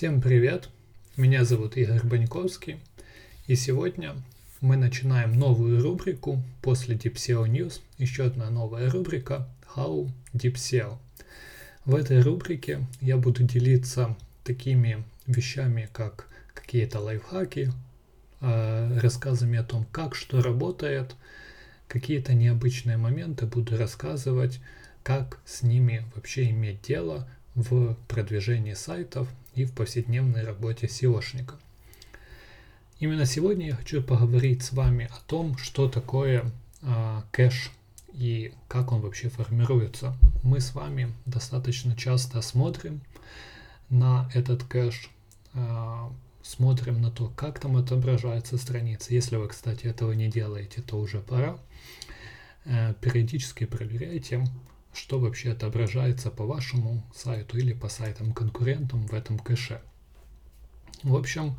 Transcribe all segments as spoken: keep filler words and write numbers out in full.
Всем привет! Меня зовут Игорь Баньковский, и сегодня мы начинаем новую рубрику после Deep эс и о News, еще одна новая рубрика How Deep эс и о. В этой рубрике я буду делиться такими вещами, как какие-то лайфхаки, рассказами о том, как что работает, какие-то необычные моменты буду рассказывать, как с ними вообще иметь дело в продвижении сайтов и в повседневной работе эс и о-шника. Именно сегодня я хочу поговорить с вами о том, что такое э, кэш и как он вообще формируется. Мы с вами достаточно часто смотрим на этот кэш, э, смотрим на то, как там отображается страница. Если вы, кстати, этого не делаете, то уже пора. Э, периодически проверяйте, что вообще отображается по вашему сайту или по сайтам конкурентам в этом кэше. В общем,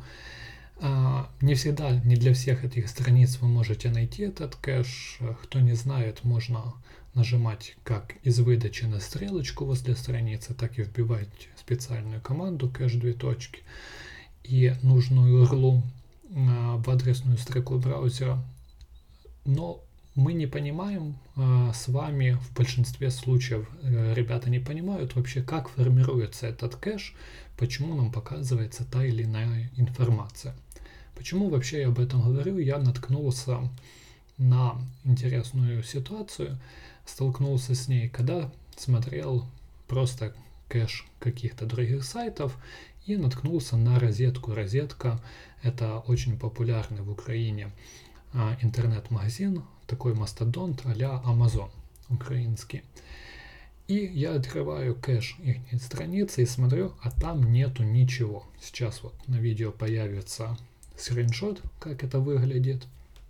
не всегда, не для всех этих страниц вы можете найти этот кэш. Кто не знает, можно нажимать как из выдачи на стрелочку возле страницы, так и вбивать специальную команду кэш две точки и нужную ю ар эл в адресную строку браузера. Но мы не понимаем э, с вами, в большинстве случаев э, ребята не понимают вообще, как формируется этот кэш, почему нам показывается та или иная информация. Почему вообще я об этом говорю? Я наткнулся на интересную ситуацию, столкнулся с ней, когда смотрел просто кэш каких-то других сайтов и наткнулся на розетку. Розетка — это очень популярный в Украине интернет-магазин, такой мастодонт а-ля Amazon украинский. И я открываю кэш их страницы и смотрю, а там нету ничего. Сейчас вот на видео появится скриншот, как это выглядит.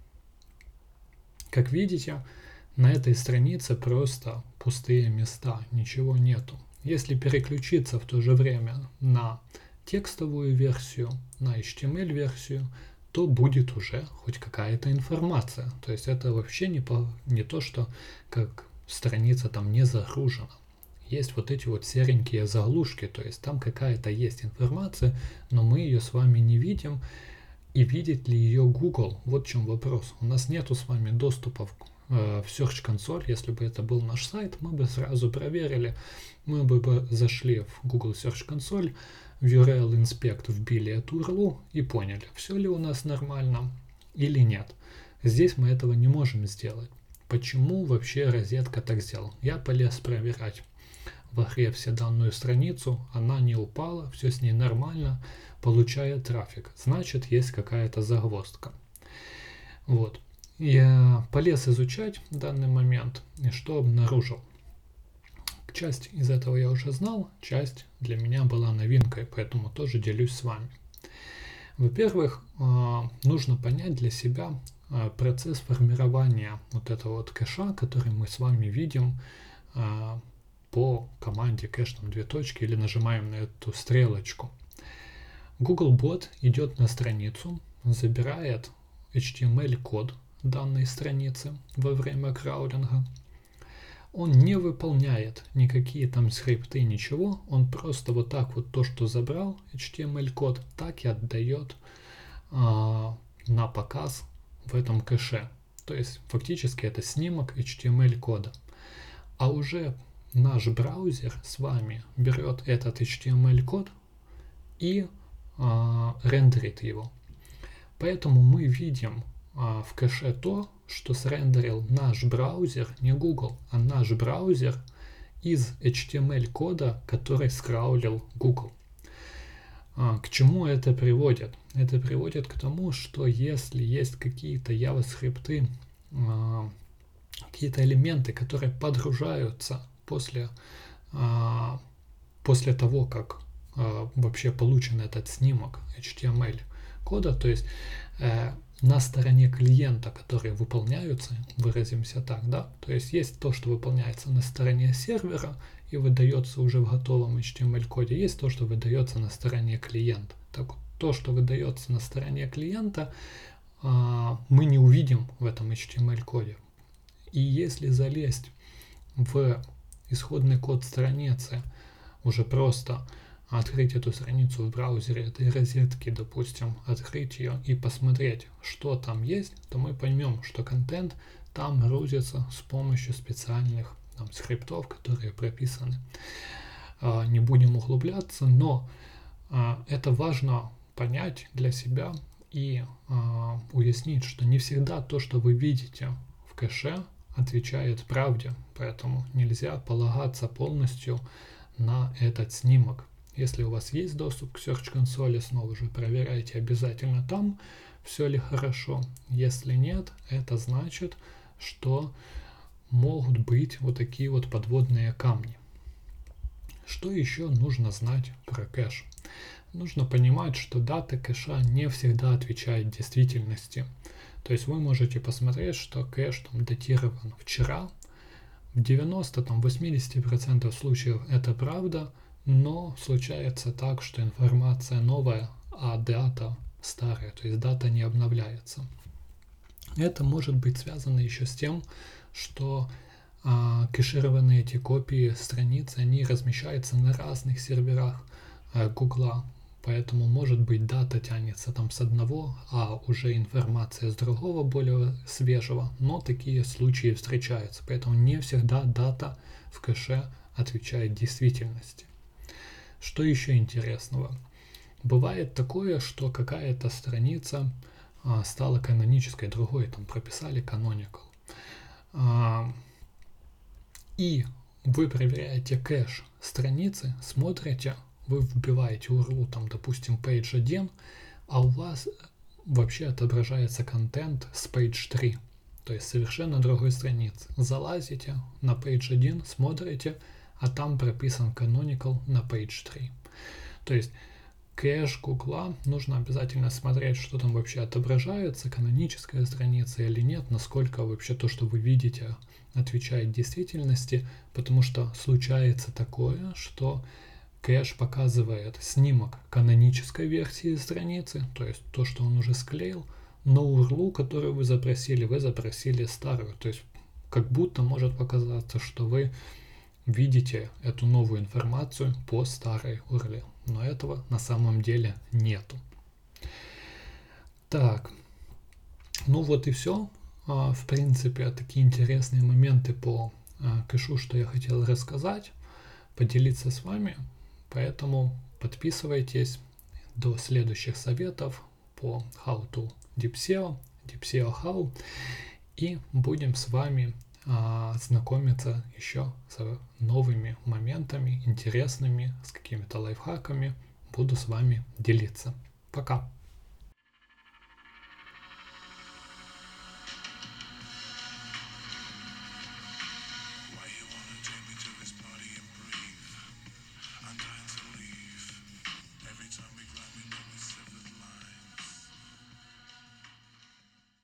Как видите, на этой странице просто пустые места, ничего нету. Если переключиться в то же время на текстовую версию, на эйч ти эм эль-версию, то будет уже хоть какая-то информация. То есть это вообще не, по, не то, что как страница там не загружена. Есть вот эти вот серенькие заглушки, то есть там какая-то есть информация, но мы ее с вами не видим. И видит ли ее Google? Вот в чем вопрос. У нас нету с вами доступа в, э, в Search консоль. Если бы это был наш сайт, мы бы сразу проверили. Мы бы, бы зашли в Google Search консоль, в ю ар эл Inspect вбили эту ю ар эл и поняли, все ли у нас нормально или нет. Здесь мы этого не можем сделать. Почему вообще розетка так сделала? Я полез проверять в Ahrefs данную страницу, она не упала, все с ней нормально, получает трафик. Значит, есть какая-то загвоздка. Вот. Я полез изучать данный момент и что обнаружил? Часть из этого я уже знал, часть для меня была новинкой, поэтому тоже делюсь с вами. Во-первых, нужно понять для себя процесс формирования вот этого вот кэша, который мы с вами видим по команде кэш там две точки или нажимаем на эту стрелочку. Googlebot идет на страницу, забирает эйч ти эм эль-код данной страницы во время краулинга. Он не выполняет никакие там скрипты, ничего. Он просто вот так вот то, что забрал эйч ти эм эль-код, так и отдает а, на показ в этом кэше. То есть фактически это снимок эйч ти эм эль-кода. А уже наш браузер с вами берет этот эйч ти эм эль-код и а, рендерит его. Поэтому мы видим а, в кэше то, что срендерил наш браузер, не Google, а наш браузер из эйч ти эм эль-кода, который скраулил Google. А, к чему это приводит? Это приводит к тому, что если есть какие-то JavaScript, а, какие-то элементы, которые подружаются после, а, после того, как а, вообще получен этот снимок эйч ти эм эль-кода, то есть э, на стороне клиента, которые выполняются, выразимся так, да, то есть есть то, что выполняется на стороне сервера и выдается уже в готовом эйч ти эм эль-коде, есть то, что выдается на стороне клиента. Так вот, то, что выдается на стороне клиента, мы не увидим в этом эйч ти эм эль-коде. И если залезть в исходный код страницы, уже просто открыть эту страницу в браузере этой розетки, допустим, открыть ее и посмотреть, что там есть, то мы поймем, что контент там грузится с помощью специальных там, скриптов, которые прописаны. Не будем углубляться, но это важно понять для себя и уяснить, что не всегда то, что вы видите в кэше, отвечает правде, поэтому нельзя полагаться полностью на этот снимок. Если у вас есть доступ к Search консоли, снова же проверяйте обязательно там, все ли хорошо. Если нет, это значит, что могут быть вот такие вот подводные камни. Что еще нужно знать про кэш? Нужно понимать, что дата кэша не всегда отвечает действительности. То есть вы можете посмотреть, что кэш там датирован вчера. В девяноста-восьмидесяти процентах случаев это правда, но случается так, что информация новая, а дата старая, то есть дата не обновляется. Это может быть связано еще с тем, что а, кэшированные эти копии страниц, они размещаются на разных серверах а, Гугла. Поэтому, может быть, дата тянется там с одного, а уже информация с другого, более свежего. Но такие случаи встречаются. Поэтому не всегда дата в кэше отвечает действительности. Что еще интересного? Бывает такое, что какая-то страница а, стала канонической, другой там прописали canonical. А, и вы проверяете кэш страницы, смотрите, вы вбиваете ю ар эл, там, допустим, page один, а у вас вообще отображается контент с page три, то есть совершенно другой страницы. Залазите на page один, смотрите, а там прописан canonical на page три. То есть кэш Гугла нужно обязательно смотреть, что там вообще отображается, каноническая страница или нет, насколько вообще то, что вы видите, отвечает действительности, потому что случается такое, что кэш показывает снимок канонической версии страницы, то есть то, что он уже склеил, но ю ар эл, которую вы запросили, вы запросили старую. То есть как будто может показаться, что вы видите эту новую информацию по старой ю ар эл, но этого на самом деле нету. Так, ну вот и все. В принципе, такие интересные моменты по кэшу, что я хотел рассказать, поделиться с вами. Поэтому подписывайтесь до следующих советов по How to Deep сео, Deep сео How, и будем с вами а, знакомиться еще с новыми моментами, интересными, с какими-то лайфхаками. Буду с вами делиться. Пока!